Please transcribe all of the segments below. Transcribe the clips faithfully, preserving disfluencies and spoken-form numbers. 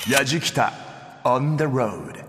やじきた on the road。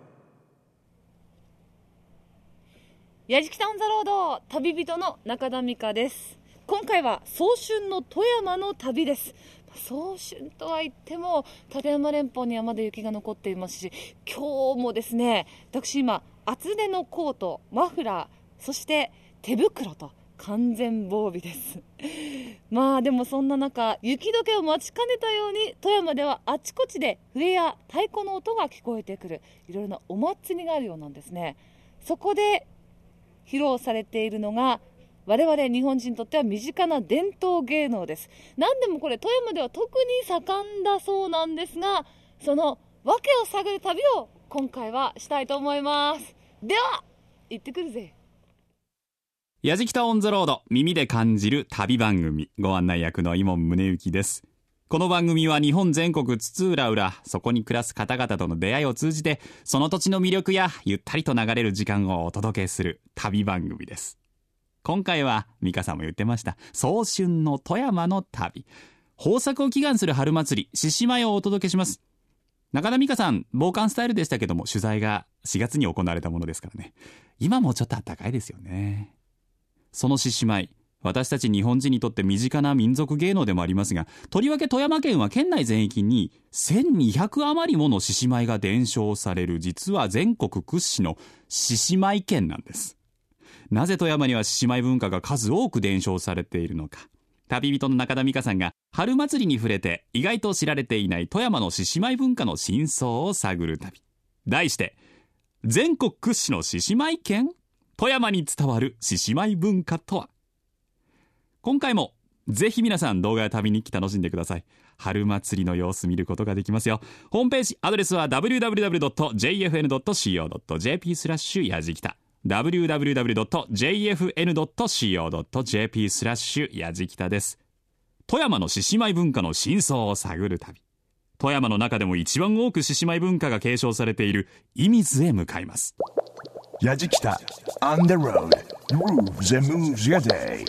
やじきた on the road、 旅人の中田美香です。今回は早春の富山の旅です。早春とは言っても立山連峰にはまだ雪が残っていますし、今日もですね、私今厚手のコート、マフラー、そして手袋と完全防備です。まあでもそんな中、雪解けを待ちかねたように富山ではあちこちで笛や太鼓の音が聞こえてくる、いろいろなお祭りがあるようなんですね。そこで披露されているのが我々日本人にとっては身近な伝統芸能です。何でもこれ富山では特に盛んだそうなんですが、その訳を探る旅を今回はしたいと思います。では行ってくるぜ。 やじきたオンザロード、耳で感じる旅番組、ご案内役の伊門宗行です。この番組は日本全国津々浦々、そこに暮らす方々との出会いを通じて、その土地の魅力やゆったりと流れる時間をお届けする旅番組です。今回は美香さんも言ってました、早春の富山の旅、豊作を祈願する春祭り獅子舞をお届けします。中田美香さん、防寒スタイルでしたけども、取材がしがつに行われたものですからね。今もちょっと暖かいですよね。その獅子舞、私たち日本人にとって身近な民族芸能でもありますが、とりわけ富山県は県内全域にせんにひゃく余りもの獅子舞が伝承される、実は全国屈指の獅子舞県なんです。なぜ富山には獅子舞文化が数多く伝承されているのか、旅人の中田美香さんが春祭りに触れて意外と知られていない富山の獅子舞文化の真相を探る旅、題して全国屈指の獅子舞県、富山に伝わる獅子舞文化とは。今回もぜひ皆さん動画や旅日記楽しんでください。春祭りの様子見ることができますよ。ホームページアドレスは ダブリューダブリューダブリュードットジェイエフエヌドットシーオードットジェーピー スラッシュやじきた ダブリューダブリューダブリュードットジェイエフエヌドットシーオードットジェーピー スラッシュやじきたです。富山の獅子舞文化の真相を探る旅、富山の中でも一番多く獅子舞文化が継承されている射水へ向かいます。 やじきた on the road。 Grooves and moves your day。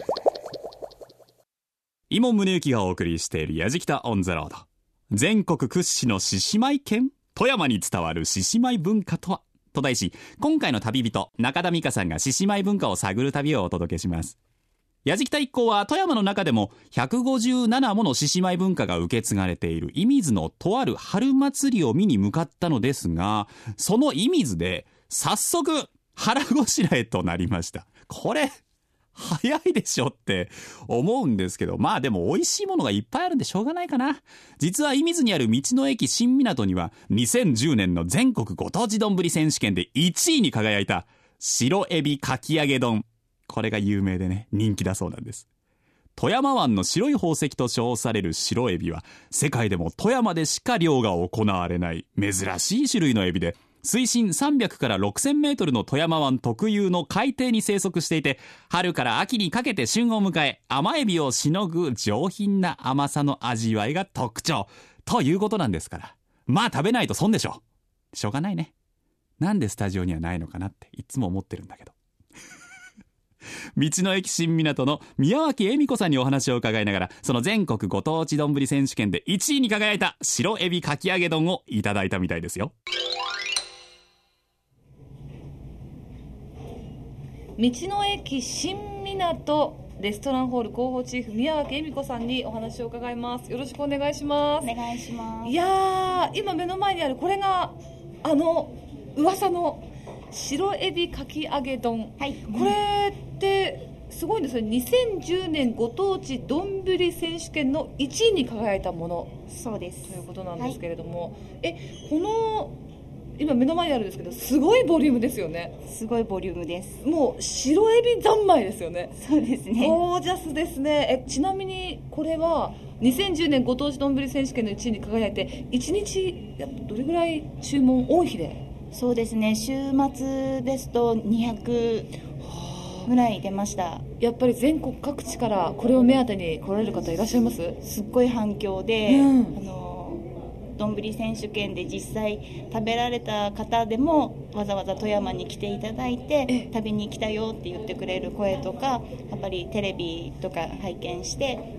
伊門宗行がお送りしているやじきたオンザロード、全国屈指の獅子舞県、富山に伝わる獅子舞文化とはと題し、今回の旅人中田美香さんが獅子舞文化を探る旅をお届けします。やじきた一行は富山の中でもひゃくごじゅうななもの獅子舞文化が受け継がれている射水のとある春祭りを見に向かったのですが、その射水で早速腹ごしらえとなりました。これ早いでしょって思うんですけど、まあでも美味しいものがいっぱいあるんでしょうがないかな。実は射水にある道の駅新港にはにせんじゅうねんの全国ご当地丼選手権でいちいに輝いた白エビかき揚げ丼、これが有名でね、人気だそうなんです。富山湾の白い宝石と称される白エビは世界でも富山でしか漁が行われない珍しい種類のエビで、水深さんびゃくからろくせんメートルの富山湾特有の海底に生息していて、春から秋にかけて旬を迎え、甘エビをしのぐ上品な甘さの味わいが特徴ということなんですから、まあ食べないと損でしょ。しょうがないね。なんでスタジオにはないのかなっていつも思ってるんだけど。道の駅新港の宮脇恵美子さんにお話を伺いながら、その全国ご当地丼選手権でいちいに輝いた白エビかき揚げ丼をいただいたみたいですよ。 道の駅新港レストランホール広報チーフ宮脇恵美子さんにお話を伺います。よろしくお願いします。 お願いします。 いやー、今目の前にあるこれがあの噂の白エビかき揚げ丼、はい、これってすごいんですよ。にせんじゅうねんご当地丼選手権のいちいに輝いたもの、 そうですということなんですけれども、はい、えこの今目の前にあるんですけど、すごいボリュームですよね。 すごいボリュームです。 もう白エビ三昧ですよね。 そうですね。 ゴージャスですね。えちなみにこれはにせんじゅうねんご当地丼選手権のいちいに輝いて、いちにちどれぐらい注文多い日で？ そうですね、週末ですとにひゃくぐらい出ました。 やっぱり全国各地からこれを目当てに来られる方いらっしゃいます？ すっごい反響で、 うん、 あの丼選手権で実際食べられた方でもわざわざ富山に来ていただいて食べに来たよって言ってくれる声とか、やっぱりテレビとか拝見して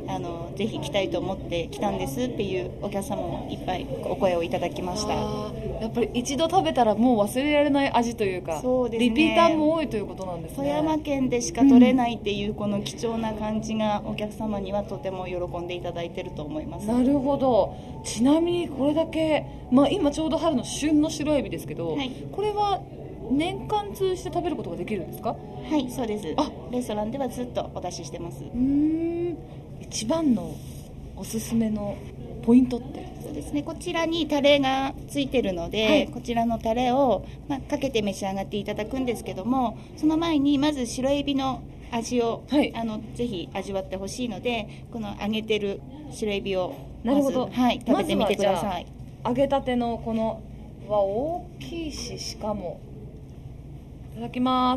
あのぜひ来たいと思って来たんですっていうお客様もいっぱいお声をいただきました。 やっぱり一度食べたらもう忘れられない味というか、 そうですね、 リピーターも多いということなんですね。 富山県でしか取れないっていうこの貴重な感じがお客様にはとても喜んでいただいていると思います。 なるほど。ちなみにこれだけ、まあ、今ちょうど春の旬の白エビですけど、はい、これは年間通じて食べることができるんですか？ はい、そうです。あ、レストランではずっとお出ししてます。 うーん、一番のおすすめのポイントって？ そうですね、こちらにタレがついてるので、はい、こちらのタレを、まあ、かけて召し上がっていただくんですけども、その前にまず白エビの味を、はい、あのぜひ味わってほしいので、この揚げてる白エビをなるほど、 はい、食べてみてください。 ま、揚げたてのこのは大きいし、しかもいただきます。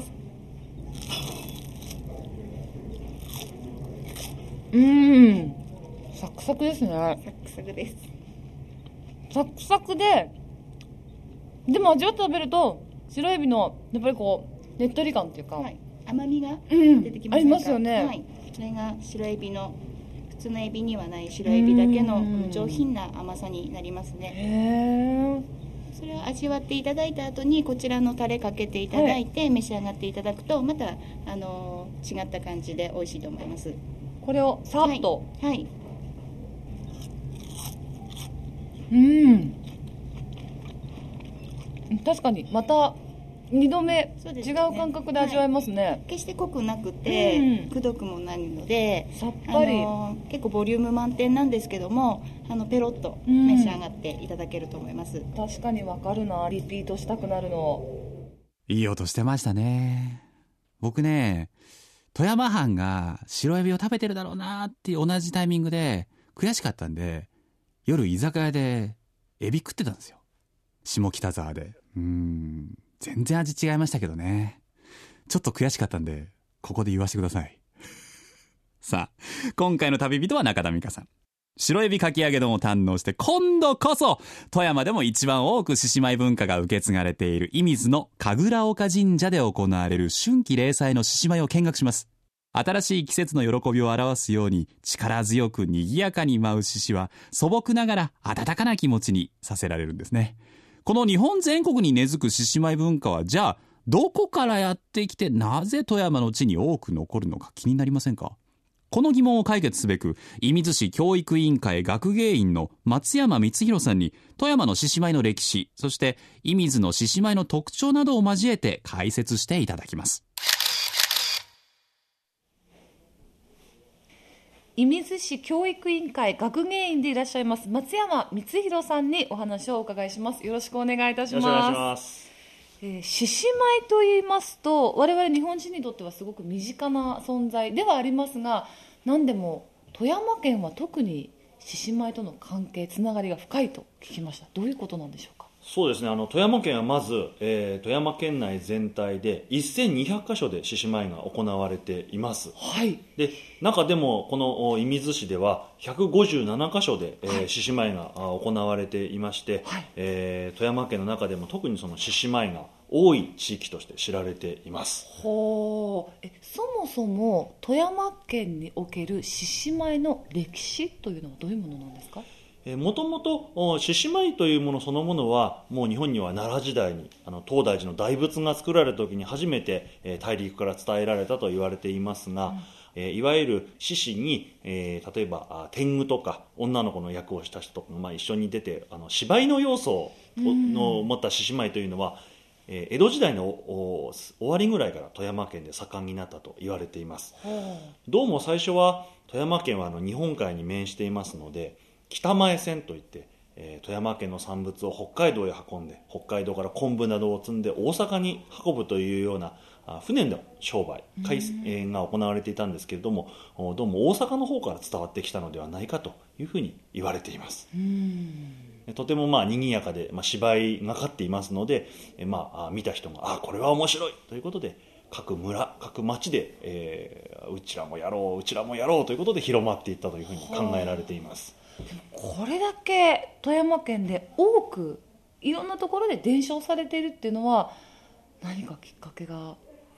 うーん、サクサクですね。 サクサクです。 サクサクで、でも味わって食べると白エビのやっぱりこうねっとり感っていうか、はい、 甘みが出てきます、 うん、ありますよね。 はい、それが白エビの普通のエビにはない白エビだけの上品な甘さになりますね。 へー。 それを味わっていただいた後にこちらのタレかけていただいて召し上がっていただくと、またあの違った感じで美味しいと思います。 これをさっと、 はい、はい、 うん、確かにまたにどめ、ね、違う感覚で味わえますね。はい、 決して濃くなくて、うん、くどくもないのでさっぱり、 あの結構ボリューム満点なんですけども、あのペロッと召し上がっていただけると思います。うん、 確かにわかるな、リピートしたくなるの。 いい音してましたね。僕ね、富山藩が白エビを食べてるだろうなっていう同じタイミングで悔しかったんで、夜居酒屋でエビ食ってたんですよ、下北沢で。うーん、全然味違いましたけどね。ちょっと悔しかったんでここで言わせてください。さあ、今回の旅人は中田美香さん。白エビかき揚げ丼を堪能して、今度こそ富山でも一番多く獅子舞文化が受け継がれている射水の神楽岡神社で行われる春季例祭の獅子舞を見学します。新しい季節の喜びを表すように力強く賑やかに舞う獅子は素朴ながら温かな気持ちにさせられるんですね。この日本全国に根付く獅子舞文化は、じゃあどこからやってきて、なぜ富山の地に多く残るのか気になりませんか？この疑問を解決すべく、射水市教育委員会学芸員の松山光弘さんに富山の獅子舞の歴史、そして射水の獅子舞の特徴などを交えて解説していただきます。 射水市教育委員会学芸員でいらっしゃいます松山光弘さんにお話をお伺いします。よろしくお願いいたします。 よろしくお願いします。 えー、獅子舞といいますと、我々日本人にとってはすごく身近な存在ではありますが、何でも富山県は特に獅子舞との関係、つながりが深いと聞きました。どういうことなんでしょうか？ そうですね、あの富山県はまず、えー、富山県内全体でせんにひゃくかしょで獅子舞が行われています。 はい、 で中でもこの射水市ではひゃくごじゅうななかしょで獅子舞が行われていまして、はい、えー、富山県の中でも特にその獅子舞が多い地域として知られています。 ほう。えそもそも富山県における獅子舞の歴史というのはどういうものなんですか？ もともと獅子舞というものそのものはもう日本には奈良時代にあの東大寺の大仏が作られた時に初めて、えー、大陸から伝えられたと言われていますが、うん、えー、いわゆる獅子に、えー、例えば天狗とか女の子の役をした人とかが、まあ、一緒に出てあの芝居の要素の持った獅子舞というのは、えー、江戸時代の終わりぐらいから富山県で盛んになったと言われています。うん、どうも最初は富山県はあの日本海に面していますので、北前線といって、えー、富山県の産物を北海道へ運んで、北海道から昆布などを積んで大阪に運ぶというようなあ船の商売海、えー、が行われていたんですけれども、どうも大阪の方から伝わってきたのではないかというふうに言われています。うん、とてもまあ賑やかで、まあ、芝居がかっていますので、えーまあ、見た人があこれは面白いということで各村各町で、えー、うちらもやろううちらもやろうということで広まっていったというふうに考えられています。 これだけ富山県で多くいろんなところで伝承されているっていうのは何かきっかけがあ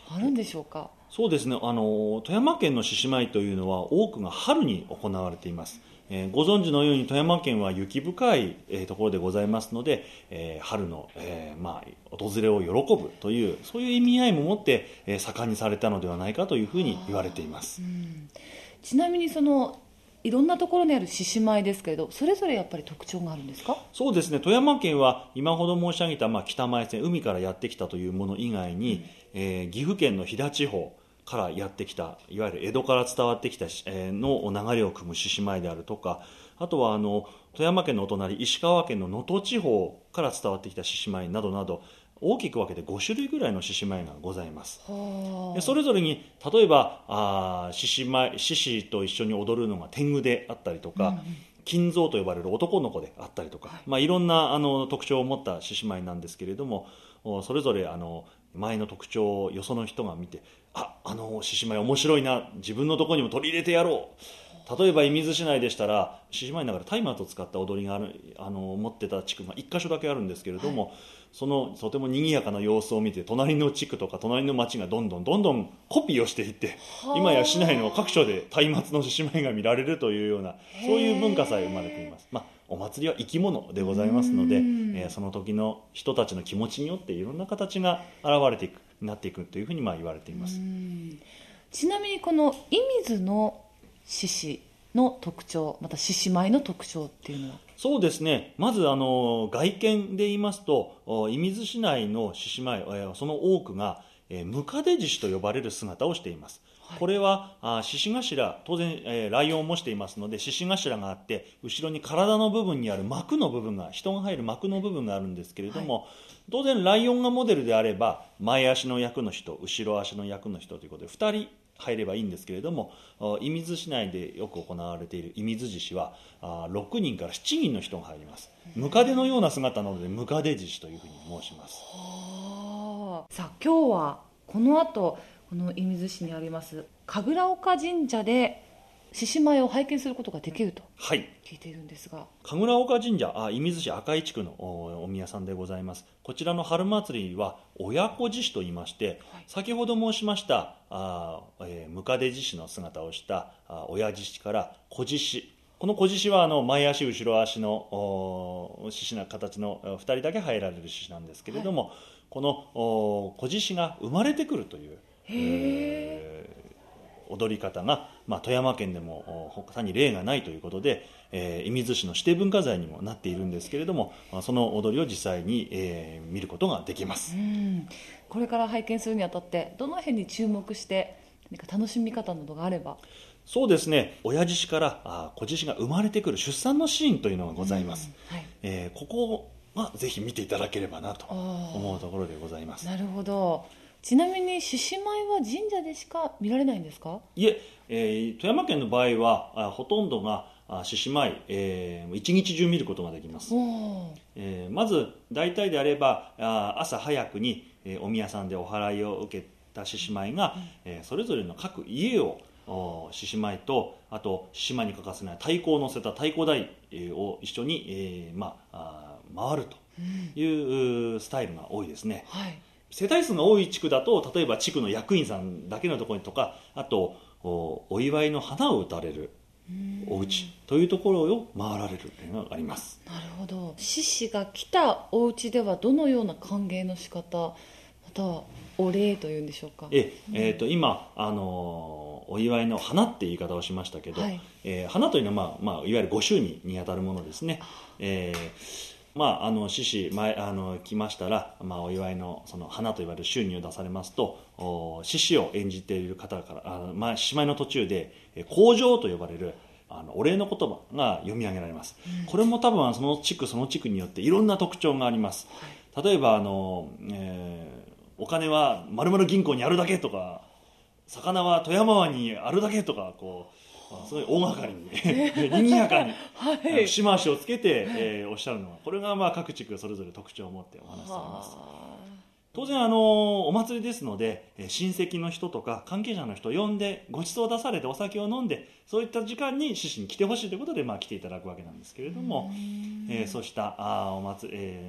あるんでしょうか。 そうですね、あの富山県の獅子舞というのは多くが春に行われています。えー、ご存知のように富山県は雪深い、えー、ところでございますので、えー、春の、えーまあ、訪れを喜ぶというそういう意味合いも持って、えー、盛んにされたのではないかというふうに言われています。 うん、ちなみにそのいろんなところにある獅子舞ですけれど、それぞれやっぱり特徴があるんですか？そうですね、 富山県は今ほど申し上げた、まあ、北前線、海からやってきたというもの以外に、うんえー、岐阜県の飛騨地方からやってきた、いわゆる江戸から伝わってきた、えー、の流れを組む獅子舞であるとか、あとはあの富山県のお隣石川県の能登地方から伝わってきた獅子舞などなど、大きく分けてご種類ぐらいの獅子舞がございます。でそれぞれに例えばあ獅子舞、獅子と一緒に踊るのが天狗であったりとか、うんうん、金蔵と呼ばれる男の子であったりとか、はいまあ、いろんなあの特徴を持った獅子舞なんですけれども、それぞれあの舞の特徴をよその人が見て、あ、あの獅子舞面白いな、自分のところにも取り入れてやろう。例えば射水市内でしたら獅子舞の中で松明を使った踊りがあるあの持ってた地区がいっかしょだけあるんですけれども、はい、そのとても賑やかな様子を見て隣の地区とか隣の町がどんどんどんどんコピーをしていって、今や市内の各所で松明の獅子舞が見られるというようなそういう文化さえ生まれています。まあ、お祭りは生き物でございますので、えー、その時の人たちの気持ちによっていろんな形が現れていくなっていくというふうにまあ言われています。 ちなみにこの射水の獅子の特徴、また獅子舞の特徴っていうのは？ そうですね、まずあの外見で言いますと、射水市内の獅子舞、その多くがムカデ獅子と呼ばれる姿をしています。はい、これは獅子頭、当然、えー、ライオンを模していますので獅子頭があって、後ろに体の部分にある膜の部分が、人が入る膜の部分があるんですけれども、はい、当然ライオンがモデルであれば前足の役の人、後ろ足の役の人ということでふたり入ればいいんですけれども、射水市内でよく行われている射水獅子はろくにんからしちにんの人が入ります。ムカデのような姿なのでムカデ獅子というふうに申します。 はあ、さあ今日はこの後この射水市にあります神楽岡神社で獅子舞を拝見することができると聞いているんですが、はい、 神楽岡神社、射水市赤井地区のお宮さんでございます。こちらの春祭りは親子獅子といいまして、はい、先ほど申しましたあ、えー、ムカデ獅子の姿をしたあ親獅子から子獅子、この子獅子はあの前足後ろ足の獅子な形のふたりだけ入られる獅子なんですけれども、はい、この子獅子が生まれてくるという、えー踊り方が、まあ、富山県でも他に例がないということで、えー、射水市の指定文化財にもなっているんですけれども、その踊りを実際に、えー、見ることができます。 うん、これから拝見するにあたってどの辺に注目して何か楽しみ方などがあれば？ そうですね、親獅子からあ子獅子が生まれてくる出産のシーンというのがございます。うんはいえー、ここはぜひ見ていただければなと思うところでございます。 なるほど。ちなみに獅子舞は神社でしか見られないんですか？ いえ、えー、富山県の場合はあほとんどが獅子舞、えー、一日中見ることができます。えー、まず大体であればあ朝早くに、えー、お宮さんでお祓いを受けた獅子舞が、うんえー、それぞれの各家を獅子舞とあと獅子舞に欠かせない太鼓を乗せた太鼓台を一緒に、えーまあ、あ回るという、うん、スタイルが多いですね。はい世帯数が多い地区だと例えば地区の役員さんだけのところとかあと お, お祝いの花を打たれるお家というところを回られるというのがあります。 なるほど。獅子が来たお家ではどのような歓迎の仕方またはお礼というんでしょうか？ え、えー、と今、あのー、お祝いの花って言い方をしましたけど、はいえー、花というのは、まあまあ、いわゆるご祝儀にあたるものですね。えーまあ、あの獅子前あの来ましたら、まあ、お祝い の, その花といわれる祝儀を出されますと獅子を演じている方からあの、まあ、獅子舞の途中で口上と呼ばれるあのお礼の言葉が読み上げられます。うん、これも多分その地区その地区によっていろんな特徴があります。はい、例えばあの、えー、お金は〇〇銀行にあるだけとか魚は富山湾にあるだけとかこうすごい大掛かりに賑やかに、はい、節回しをつけて、えー、おっしゃるのはこれがまあ各地区それぞれ特徴を持ってお話しされます。当然あのお祭りですので親戚の人とか関係者の人を呼んでご馳走を出されてお酒を飲んでそういった時間に獅子に来てほしいということで、まあ、来ていただくわけなんですけれども、えー、そうしたあお祭り、えーまあ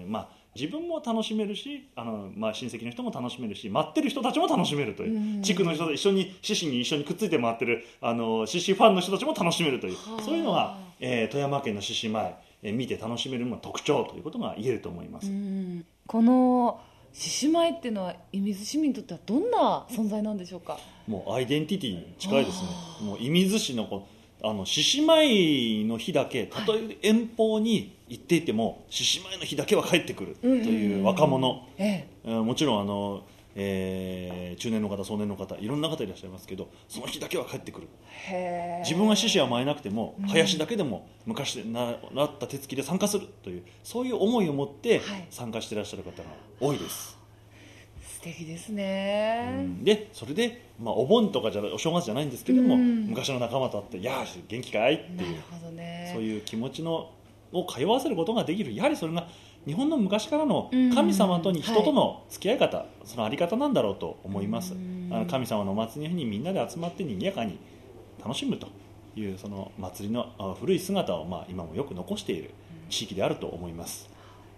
自分も楽しめるし、あの、まあ、親戚の人も楽しめるし、待ってる人たちも楽しめるという、地区の人と一緒に獅子に一緒にくっついて回ってるあの獅子ファンの人たちも楽しめるという、そういうのが、えー、富山県の獅子舞、えー、見て楽しめるのが特徴ということが言えると思います。 うん、この獅子舞っていうのは射水市民にとってはどんな存在なんでしょうか。 もうアイデンティティに近いですね。もう射水市のこあの獅子舞の日だけ、たとえ遠方に行っていても獅子舞の日だけは帰ってくるという若者、ええ、もちろんあの、えー、中年の方、壮年の方、いろんな方いらっしゃいますけど、その日だけは帰ってくる。へ、自分は獅子は舞えなくても、うん、林だけでも昔習った手つきで参加するという、そういう思いを持って参加していらっしゃる方が多いです。 素敵ですね、 うん、でそれで、まあ、お盆とかじゃお正月じゃないんですけども、うん、昔の仲間と会って「やあ元気かい?」っていう、ね、そういう気持ちのを通わせることができる。やはりそれが日本の昔からの神様とに人との付き合い方、はい、そのあり方なんだろうと思います。あの神様のお祭りの日にみんなで集まって賑やかに楽しむというその祭りの古い姿を、まあ、今もよく残している地域であると思います。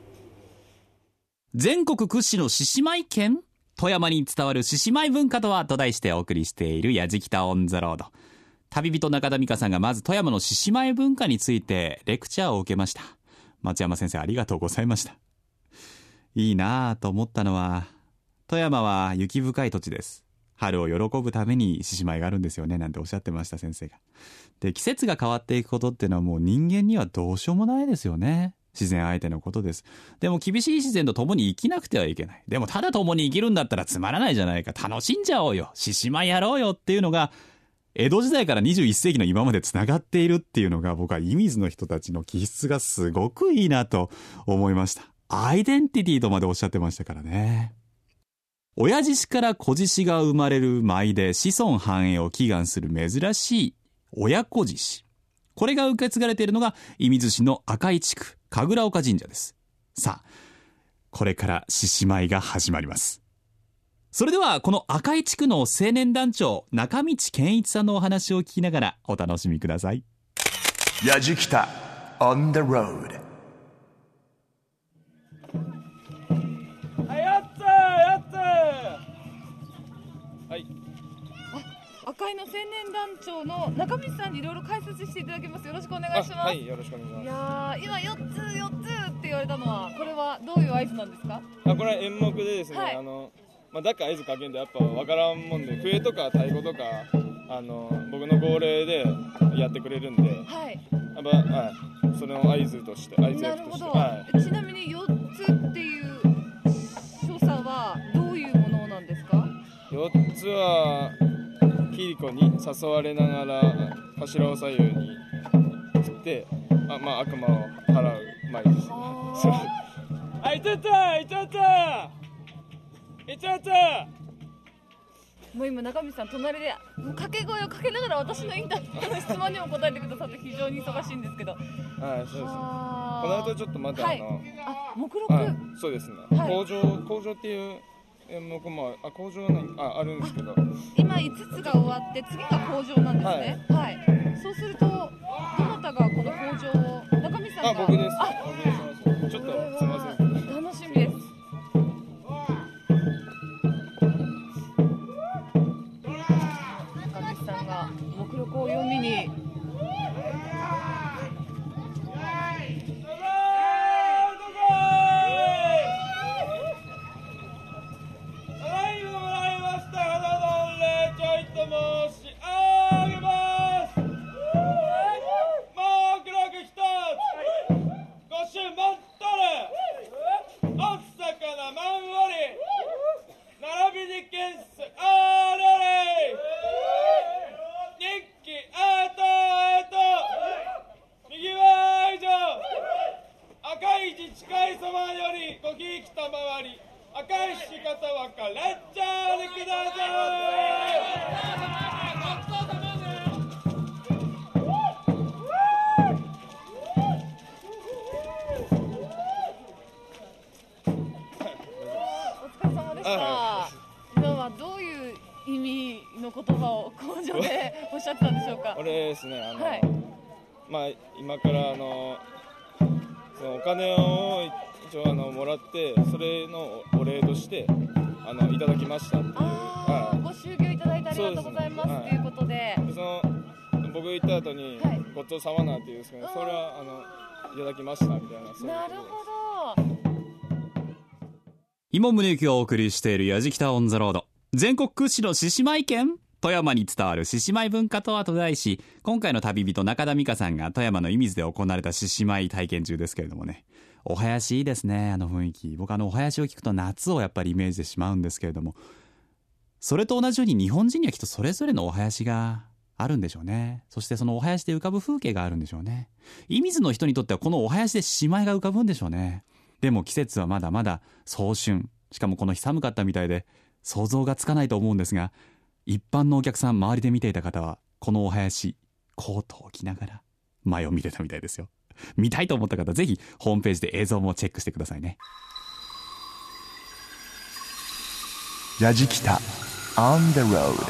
全国屈指の獅子舞県、富山に伝わる獅子舞文化とはと題してお送りしているやじきたオンザロード。旅人中田美香さんがまず富山の獅子舞文化についてレクチャーを受けました。松山先生ありがとうございました。いいなぁと思ったのは、富山は雪深い土地です。春を喜ぶために獅子舞があるんですよねなんておっしゃってました先生が。で、季節が変わっていくことっていうのはもう人間にはどうしようもないですよね。自然相手のことです。でも厳しい自然と共に生きなくてはいけない。でもただ共に生きるんだったらつまらないじゃないか。楽しんじゃおうよ。獅子舞やろうよっていうのが江戸時代からにじゅういっせいきの今までつながっているっていうのが、僕は射水の人たちの気質がすごくいいなと思いました。アイデンティティとまでおっしゃってましたからね。親獅子から子獅子が生まれる舞で子孫繁栄を祈願する珍しい親子獅子。これが受け継がれているのが射水市の赤井地区神楽岡神社です。さあ、これから獅子舞が始まります。それではこの赤井地区の青年団長中道健一さんのお話を聞きながらお楽しみください。 やじきた on the road。 はい、やったやったはい。 赤井の青年団長の中道さんにいろいろ解説していただきます。よろしくお願いします。 はい、よろしくお願いします。 いや今よっつよっつって言われたのはこれはどういう合図なんですか？ あ、これは演目でですね、はい、あのまあ、だか合図かけんでやっぱ分からんもんで、笛とか太鼓とかあの僕の号令でやってくれるんで、はい、やっぱ、はい、それの合図として合図役として。なるほど、はい、ちなみによっつっていう所作はどういうものなんですか？よっつはキリコに誘われながら柱を左右に振って、あ、まあ、悪魔を払う舞ですね。あ、いたったいたったいたった。 もう今中道さん隣でもう掛け声をかけながら私のインタビューの質問にも答えてくださって非常に忙しいんですけど。はい、 そうですね。この後ちょっとまた、はい、あのあ目録、はい、 そうですね、はい、工場工場っていう演目もあ工場はないああるんですけど、 今いつつが終わって次が工場なんですね。はい、はい、そうするとどなたがこの工場を中道さんが。 あ、僕です。あ、僕です。ちょっとすみません。 楽しみです。中道さんが目録を読みに。 これですね、あの、はい、まあ今からあのそのお金を一応あのもらってそれのお礼としてあのいただきましたっていう、 あ、はい、ご祝儀いただいてありがとうございます、ね、ということで、 でその僕行った後に、はい、ごちそうさまなっていうんですけど、それはあのいただきましたみたいな。そういうなるほど。 今宗行がお送りしているやじきたオンザロード、全国屈指の獅子舞県、富山に伝わる獅子舞文化とはと題し、今回の旅人中田美香さんが富山の射水で行われた獅子舞体験中ですけれどもね、お囃子いいですね。あの雰囲気、僕あのお囃子を聞くと夏をやっぱりイメージしてしまうんですけれども、それと同じように日本人にはきっとそれぞれのお囃子があるんでしょうね。そしてそのお囃子で浮かぶ風景があるんでしょうね。射水の人にとってはこのお囃子で獅子舞が浮かぶんでしょうね。でも季節はまだまだ早春、しかもこの日寒かったみたいで想像がつかないと思うんですが、一般のお客さん周りで見ていた方はこのお囃子コートを着ながら前を見てたみたいですよ。見たいと思った方ぜひホームページで映像もチェックしてくださいね。 やじきた On the road、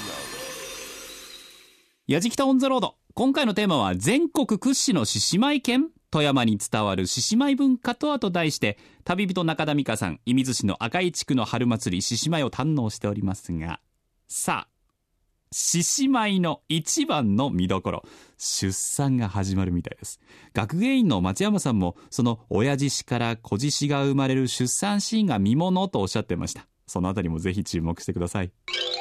やじきたオンザロード、今回のテーマは全国屈指の獅子舞県、富山に伝わる獅子舞文化とはと題して、旅人中田美香さん、射水市の赤井地区の春祭り獅子舞を堪能しておりますが、さあ獅子舞の一番の見どころ、出産が始まるみたいです。学芸員の松山さんもその親獅子から子獅子が生まれる出産シーンが見ものとおっしゃってました。そのあたりもぜひ注目してください。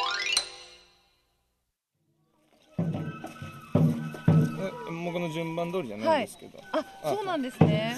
僕の順番通りじゃないんですけど、 はい、あ、そうなんですね。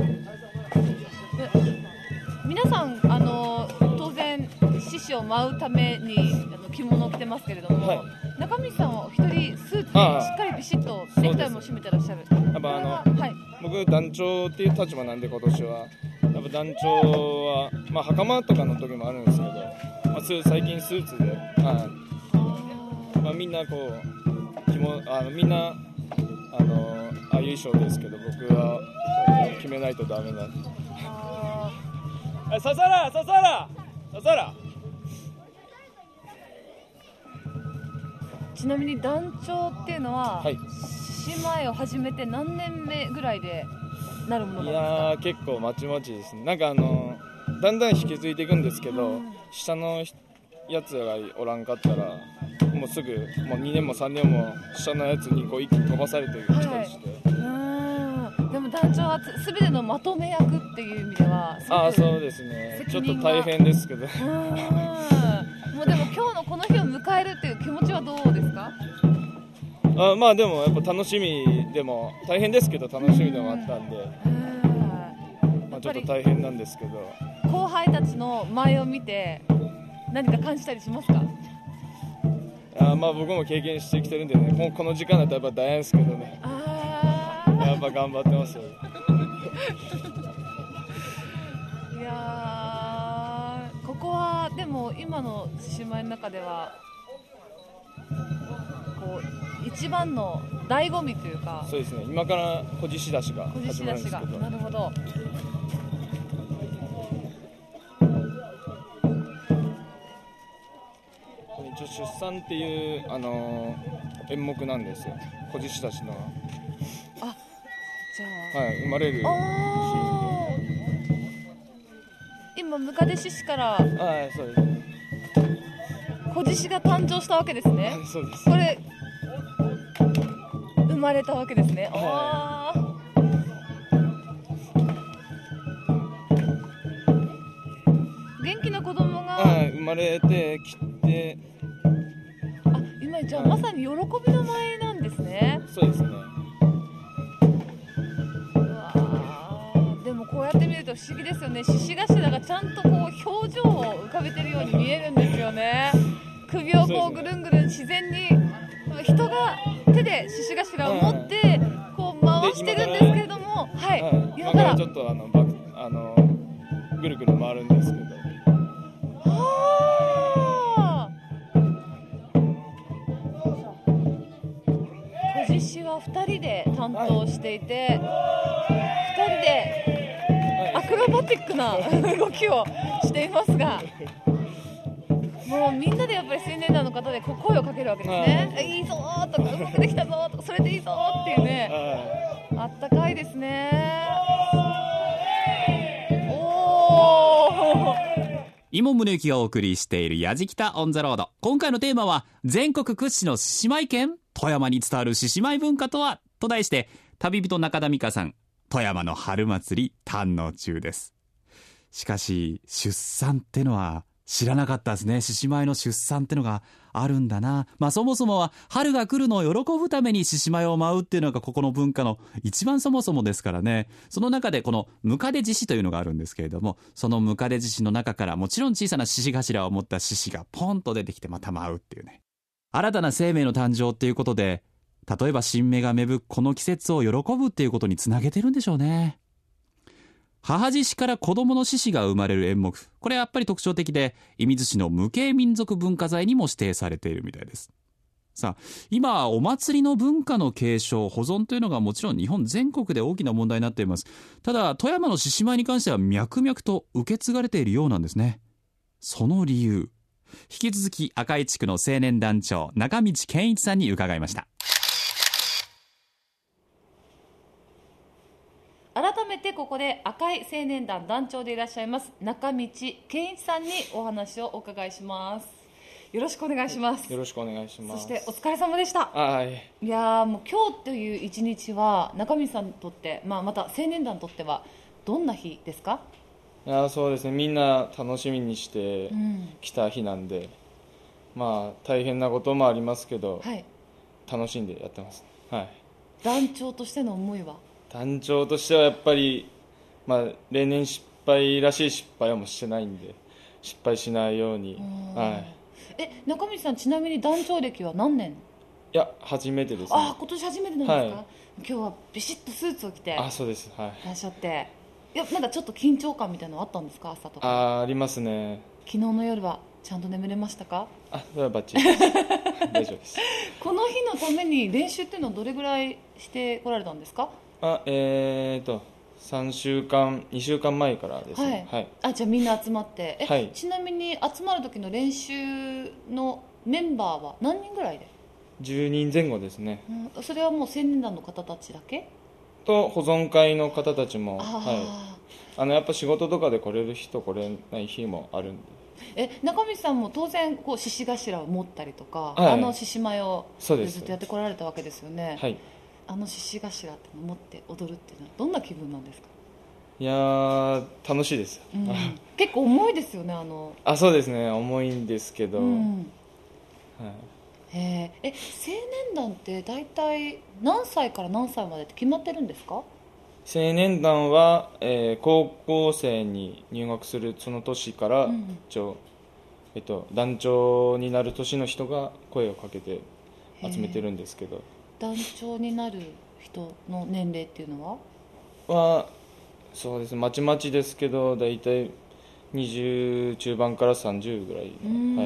皆さんあの当然獅子を舞うためにあの着物を着てますけれども、はい、中道さんはお一人スーツでしっかりビシッとネクタイも締めてらっしゃる。 やっぱあの、はい、僕団長っていう立場なんで今年はやっぱ団長は、まあ、袴とかの時もあるんですけど、まあ、最近スーツで、はいまあ、みんなこう着物あのみんなあのああいう衣装ですけど、僕は決めないとダメなんで。ささらささらささら。 ちなみに団長っていうのは、はい、獅子舞を始めて何年目ぐらいでなるものなんですか？ いやー結構まちまちですね。なんかあのだんだん引き継いでいくんですけど、うん、下のやつがおらんかったらもうすぐもうにねんもさんねんも下のやつにこう一気に飛ばされてきたりして、はい、 うん、でも団長は全てのまとめ役っていう意味ではああそうですね、ちょっと大変ですけどもうでも今日のこの日を迎えるっていう気持ちはどうですか？ あまあでもやっぱ楽しみでも大変ですけど楽しみでもあったんで、まあ、ちょっと大変なんですけど、 後輩たちの前を見て何か感じたりしますか？ あまあ僕も経験してきてるんでね、もうこの時間だとやっぱ大変ですけどね、あやっぱ頑張ってますよいやここはでも今の獅子舞の中ではこう一番の醍醐味というか、 そうですね、今から小獅子出しが始まるんですけど、 なるほど。 一応出産っていう、あのー、演目なんですよ、小獅子出しの。 あ、じゃあ、 はい、生まれるシーンで、 今ムカデ獅子からはいそうです小獅子が誕生したわけですね。 そうです。 これ生まれたわけですね。ああ。元気な子供が、 はい、生まれてきて、 あ、今じゃあまさに喜びの舞なんですね。 そうですね。 うわー、でもこうやって見ると不思議ですよね。獅子頭がちゃんとこう表情を浮かべてるように見えるんですよね。首をこうぐるんぐるん自然に人が手で獅子頭を持ってこう回してるんですけれども、はい、はい、 今からちょっとあのバあのぐるぐる回るんですけど、 はあ、小獅子はふたりで担当していて、はい、ふたりでアクロバティックな動きをしていますが、もうみんなでやっぱり青年団の方でこう声をかけるわけですね、はい、いいぞーとかうまくできたぞーとかそれでいいぞーっていうね、はい、あったかいですね。 伊門宗行がお送りしているやじきたオンザロード。今回のテーマは、全国屈指の獅子舞県、富山に伝わる獅子舞文化とはと題して、旅人中田美香さん、富山の春祭り堪能中です。しかし出産ってのは知らなかったですね。獅子舞の出産ってのがあるんだな。まあそもそもは春が来るのを喜ぶために獅子舞を舞うっていうのがここの文化の一番そもそもですからね。その中でこのムカデ獅子というのがあるんですけれども、そのムカデ獅子の中からもちろん小さな獅子頭を持った獅子がポンと出てきてまた舞うっていうね、新たな生命の誕生っていうことで、例えば新芽が芽吹くこの季節を喜ぶっていうことにつなげてるんでしょうね。母獅子から子供の獅子が生まれる演目、これやっぱり特徴的で、射水市の無形民族文化財にも指定されているみたいです。さあ、今お祭りの文化の継承保存というのがもちろん日本全国で大きな問題になっています。ただ富山の獅子舞に関しては脈々と受け継がれているようなんですね。その理由、引き続き赤井地区の青年団長中道健一さんに伺いました。 改めてここで赤い青年団団長でいらっしゃいます中道健一さんにお話をお伺いします。よろしくお願いします。 よろしくお願いします。 そしてお疲れ様でした。 はい。 いやもう今日という一日は中道さんにとって、まあ、また青年団にとってはどんな日ですか？ いやそうですね、みんな楽しみにしてきた日なんで、うん、まあ大変なこともありますけど、はい、楽しんでやってます、はい、 団長としての思いは？ 団長としてはやっぱり、まあ、例年失敗らしい失敗はもうしてないんで、失敗しないように、はい、え中道さん、ちなみに団長歴は何年？ いや初めてですね。 あ、今年初めてなんですか？はい、今日はビシッとスーツを着てあそうです、はい、 いらっしゃって、いやなんかちょっと緊張感みたいなのあったんですか？朝とか。 あありますね。 昨日の夜はちゃんと眠れましたか？ あ、それはバッチリです大丈夫です。 この日のために練習っていうのはどれぐらいしてこられたんですか？ あえーとさんしゅうかんにしゅうかんまえからですね、 はいはい、あじゃあみんな集まってえ、 はい、 ちなみに集まる時の練習のメンバーは何人ぐらいで？ じゅうにんぜん後ですね、 うん、それはもう青年団の方たちだけと保存会の方たちも、 あ、 はい、あのやっぱ仕事とかで来れる日と来れない日もあるんで。 え中道さんも当然こう獅子頭を持ったりとか、 はい、 あの獅子舞をずっとやってこられたわけですよね。 はい、 あの獅子頭って持って踊るっていうのはどんな気分なんですか？ いやー楽しいです、うん、 結構重いですよね。あのあそうですね、重いんですけど、うんはい、へえ、青年団って大体何歳から何歳までって決まってるんですか？ 青年団は、えー、高校生に入学するその年から、うん一応えっと、団長になる年の人が声をかけて集めてるんですけど、 団長になる人の年齢っていうのははそうですね、まちまちですけどだいたいにじゅう中盤からさんじゅうぐらいの、はい、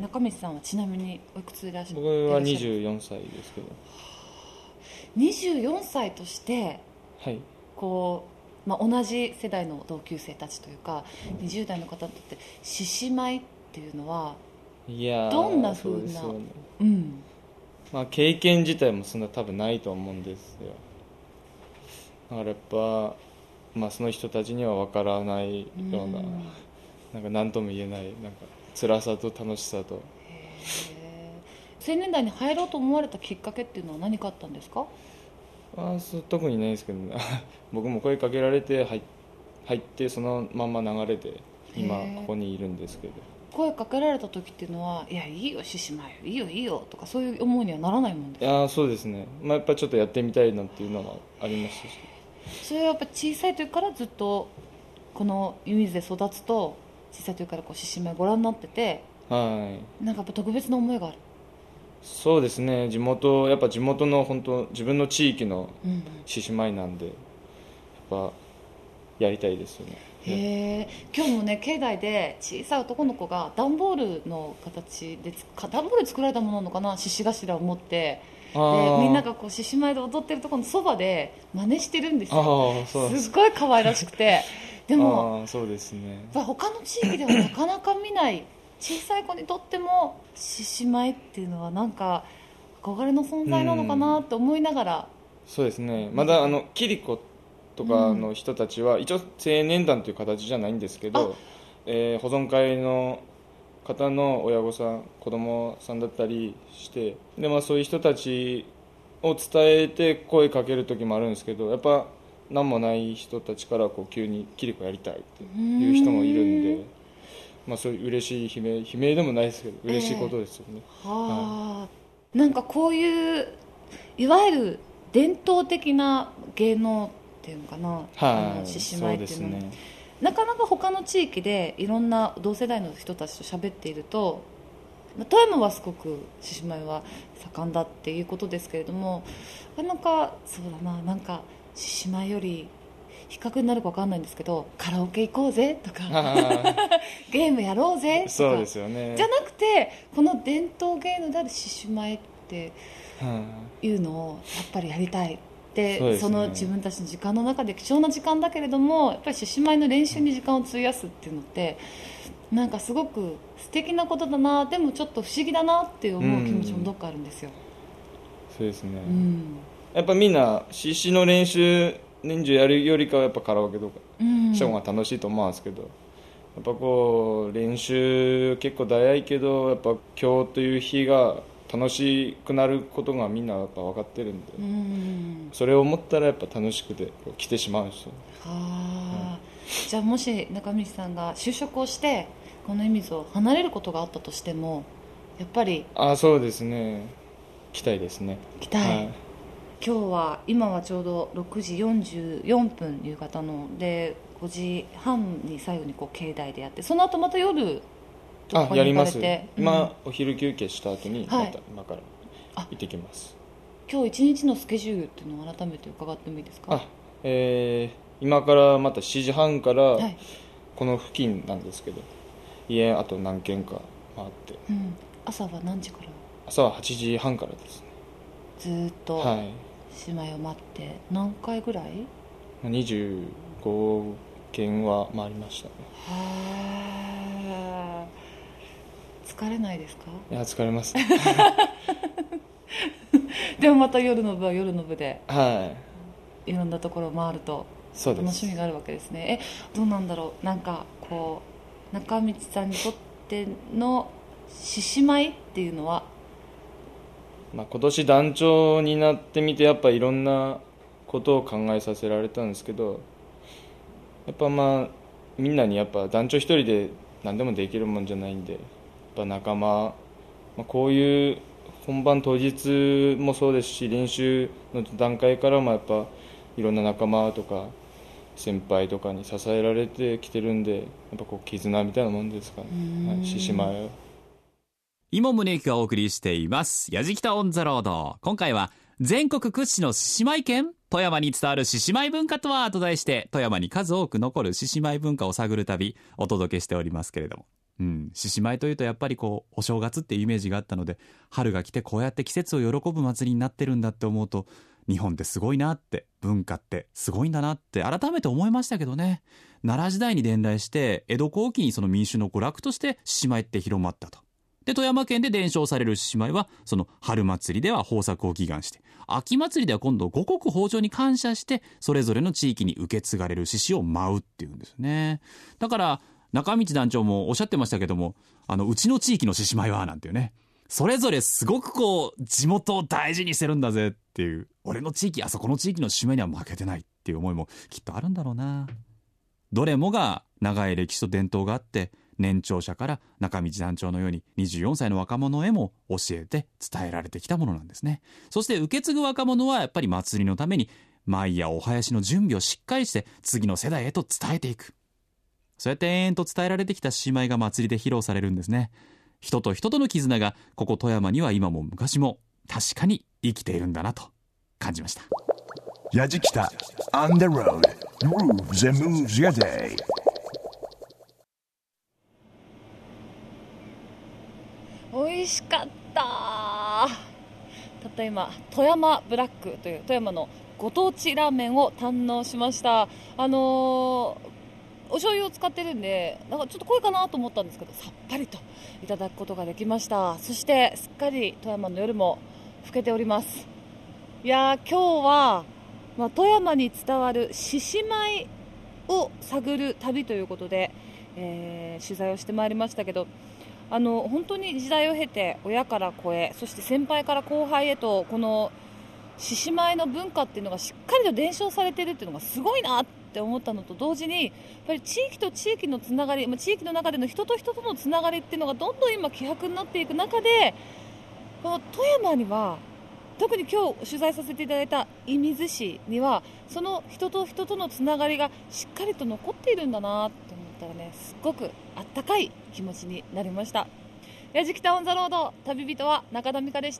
中道さんはちなみにおいくついらっしゃる？ 僕はにじゅうよんさいですけど。 にじゅうよんさいとして、 はい、 こうまあ、同じ世代の同級生たちというかにじゅう代の方にとって獅子舞っていうのはいやどんな風な、 そうですよね、 うんまあ、経験自体もそんな多分ないと思うんですよ。だからやっぱ、まあ、その人たちには分からないような、うん、なんか何とも言えないなんか辛さと楽しさと。 へ青年団に入ろうと思われたきっかけっていうのは何かあったんですか？ あそう特にないですけど、ね、僕も声かけられて 入, 入ってそのまま流れて今ここにいるんですけど。 声かけられた時っていうのはいやいいよ獅子舞いいよいいよとかそういう思いにはならないもんですか？ いやそうですね、まあ、やっぱちょっとやってみたいなっていうのはありましたし。 それはやっぱ小さい時からずっとこの湯水で育つと小さい時から獅子舞ご覧になってて、 はい、 なんかやっぱ特別な思いがある？ そうですね、地元やっぱ地元の本当自分の地域の獅子舞なんで、やっぱやりたいですよね。 へ今日もね境内で小さい男の子が段ボールの形で段ボールで作られたものなのかな、獅子頭を持ってでみんながこう獅子舞で踊ってるところのそばで真似してるんですよ。あそうですすごい可愛らしくてでもあそうですね、 他の地域ではなかなか見ない小さい子にとっても獅子舞っていうのはなんか憧れの存在なのかなって思いながら、 うん、そうですね、まだあのキリコとかの人たちは一応青年団という形じゃないんですけど、 えー、保存会の方の親御さん、子供さんだったりしてで、まあ、そういう人たちを伝えて声かける時もあるんですけど、やっぱ何もない人たちからこう急にキリコやりたいっていう人もいるんで、まあ、そういう嬉しい悲鳴悲鳴でもないですけど嬉しいことですよね、 えー、はあ、なんかこういういわゆる伝統的な芸能っていうのかな、 はい、 あの獅子舞っていうの、ね、なかなか他の地域でいろんな同世代の人たちと喋っていると、富山はすごく獅子舞は盛んだっていうことですけれども、なんかそうだな、なんか獅子舞より比較になるか分かんないんですけど、カラオケ行こうぜとかゲームやろうぜとか、 そうですよね、 じゃなくてこの伝統芸能である獅子舞っていうのをやっぱりやりたいって、 そ, ね、その自分たちの時間の中で貴重な時間だけれども、やっぱり獅子舞の練習に時間を費やすっていうのってなんかすごく素敵なことだな、でもちょっと不思議だなって思う気持ちもどっかあるんですよ、 うん、そうですね、 うん、 やっぱみんな獅子の練習年中やるよりかはやっぱカラオケとかした方が楽しいと思うんですけど、うん、やっぱこう練習結構早いけどやっぱ今日という日が楽しくなることがみんなやっぱ分かってるんで、うん、それを思ったらやっぱ楽しくて来てしまうんですよ。 は、うん、じゃあもし中道さんが就職をしてこの射水を離れることがあったとしてもやっぱりあそうですね来たいですね。 来たい、はい、今日は今はちょうどろくじよんじゅうよんぷん夕方のでごじはんに最後にこう境内でやって、その後また夜あやります、うん、今、 うん、 お昼休憩した後にまた今から行ってきます。 今日一日のスケジュールっていうのを改めて伺ってもいいですか。 あ、えー、今からまたしちじはんからこの付近なんですけど、家あと何軒か回って、 うん、朝は何時から。 朝ははちじはんからですね。 ずーっと姉妹を待って何回ぐらい。 にじゅうごけんは回りましたね。 はー、疲れないですか。 いや疲れますでもまた夜の部は夜の部で、 はい、 いろんなところを回ると楽しみがあるわけですね。えどうなんだろう、なんかこう中道さんにとっての獅子舞っていうのは、 まあ、今年団長になってみてやっぱいろんなことを考えさせられたんですけど、やっぱまあみんなにやっぱ団長一人で何でもできるもんじゃないんで、やっぱ仲間、まあ、こういう本番当日もそうですし練習の段階からもやっぱいろんな仲間とか先輩とかに支えられてきてるんで、やっぱこう絆みたいなもんですかね。獅子舞、 今宗行がお送りしていますやじきたオンザロード。今回は全国屈指の獅子舞県、富山に伝わる獅子舞文化とはと題して、富山に数多く残る獅子舞文化を探る旅お届けしておりますけれども、うん、獅子舞というとやっぱりこうお正月っていうイメージがあったので、春が来てこうやって季節を喜ぶ祭りになってるんだって思うと、日本ってすごいなって、文化ってすごいんだなって改めて思いましたけどね。奈良時代に伝来して江戸後期にその民衆の娯楽として獅子舞って広まったと。で富山県で伝承される獅子舞は、その春祭りでは豊作を祈願して、秋祭りでは今度五穀豊穣に感謝して、それぞれの地域に受け継がれる獅子を舞うっていうんですね。だから中道団長もおっしゃってましたけども、あのうちの地域の獅子舞はなんていうね、それぞれすごくこう地元を大事にしてるんだぜっていう、俺の地域あそこの地域の獅子舞には負けてないっていう思いもきっとあるんだろうな。どれもが長い歴史と伝統があって、年長者から中道団長のようににじゅうよんさいの若者へも教えて伝えられてきたものなんですね。そして受け継ぐ若者はやっぱり祭りのために舞やお囃子の準備をしっかりして次の世代へと伝えていく。そうやって延々と伝えられてきた獅子舞が祭りで披露されるんですね。人と人との絆がここ富山には今も昔も確かに生きているんだなと感じました。 やじきた On the road grooves and moves your day。 美味しかった。たった今富山ブラックという富山のご当地ラーメンを堪能しました。あのー、お醤油を使ってるんでなんかちょっと濃いかなと思ったんですけど、さっぱりといただくことができました。そしてすっかり富山の夜も更けております。いやー今日は、まあ、富山に伝わる獅子舞を探る旅ということで、 えー、取材をしてまいりましたけど、あの本当に時代を経て親から子へ、そして先輩から後輩へとこの獅子舞の文化っていうのがしっかりと伝承されているっていうのがすごいなって思ったのと同時に、やっぱり地域と地域のつながり、地域の中での人と人とのつながりっていうのがどんどん今希薄になっていく中で、この富山には特に今日取材させていただいた射水市にはその人と人とのつながりがしっかりと残っているんだなって思ったらね、すっごくあったかい気持ちになりました。やじきたオンザロード、旅人は中田美香でした。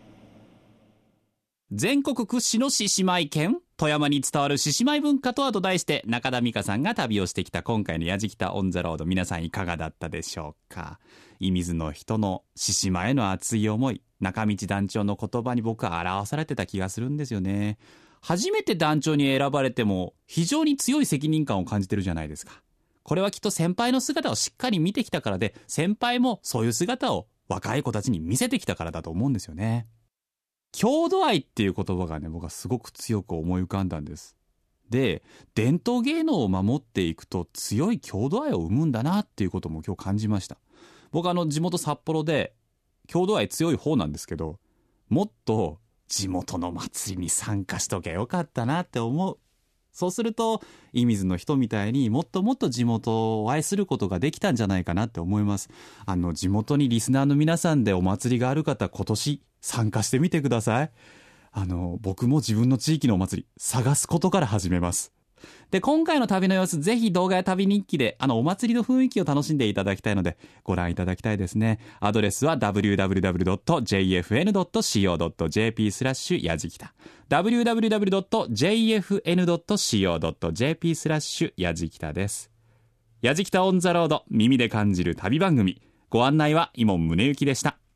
全国屈指の獅子舞県、富山に伝わる獅子舞文化とはと題して中田美香さんが旅をしてきた今回のやじきたオンザロード、皆さんいかがだったでしょうか。射水の人の獅子舞への熱い思い、中道団長の言葉に僕は表されてた気がするんですよね。初めて団長に選ばれても非常に強い責任感を感じてるじゃないですか。これはきっと先輩の姿をしっかり見てきたからで、先輩もそういう姿を若い子たちに見せてきたからだと思うんですよね。郷土愛っていう言葉がね、僕はすごく強く思い浮かんだんです。で、伝統芸能を守っていくと強い郷土愛を生むんだなっていうことも今日感じました。僕あの地元札幌で郷土愛強い方なんですけど、もっと地元の祭りに参加しとけよかったなって思う。そうすると射水の人みたいにもっともっと地元を愛することができたんじゃないかなって思います。あの地元にリスナーの皆さんでお祭りがある方、今年参加してみてください。あの僕も自分の地域のお祭り探すことから始めます。で、今回の旅の様子、ぜひ動画や旅日記であのお祭りの雰囲気を楽しんでいただきたいのでご覧いただきたいですね。アドレスは ダブリューダブリューダブリュードットジェイエフエヌドットシーオードットジェーピー スラッシュやじきた ダブリューダブリューダブリュードットジェイエフエヌドットシーオードットジェーピー スラッシュやじきたです。やじきたオンザロード、耳で感じる旅番組、ご案内は伊門宗行でした。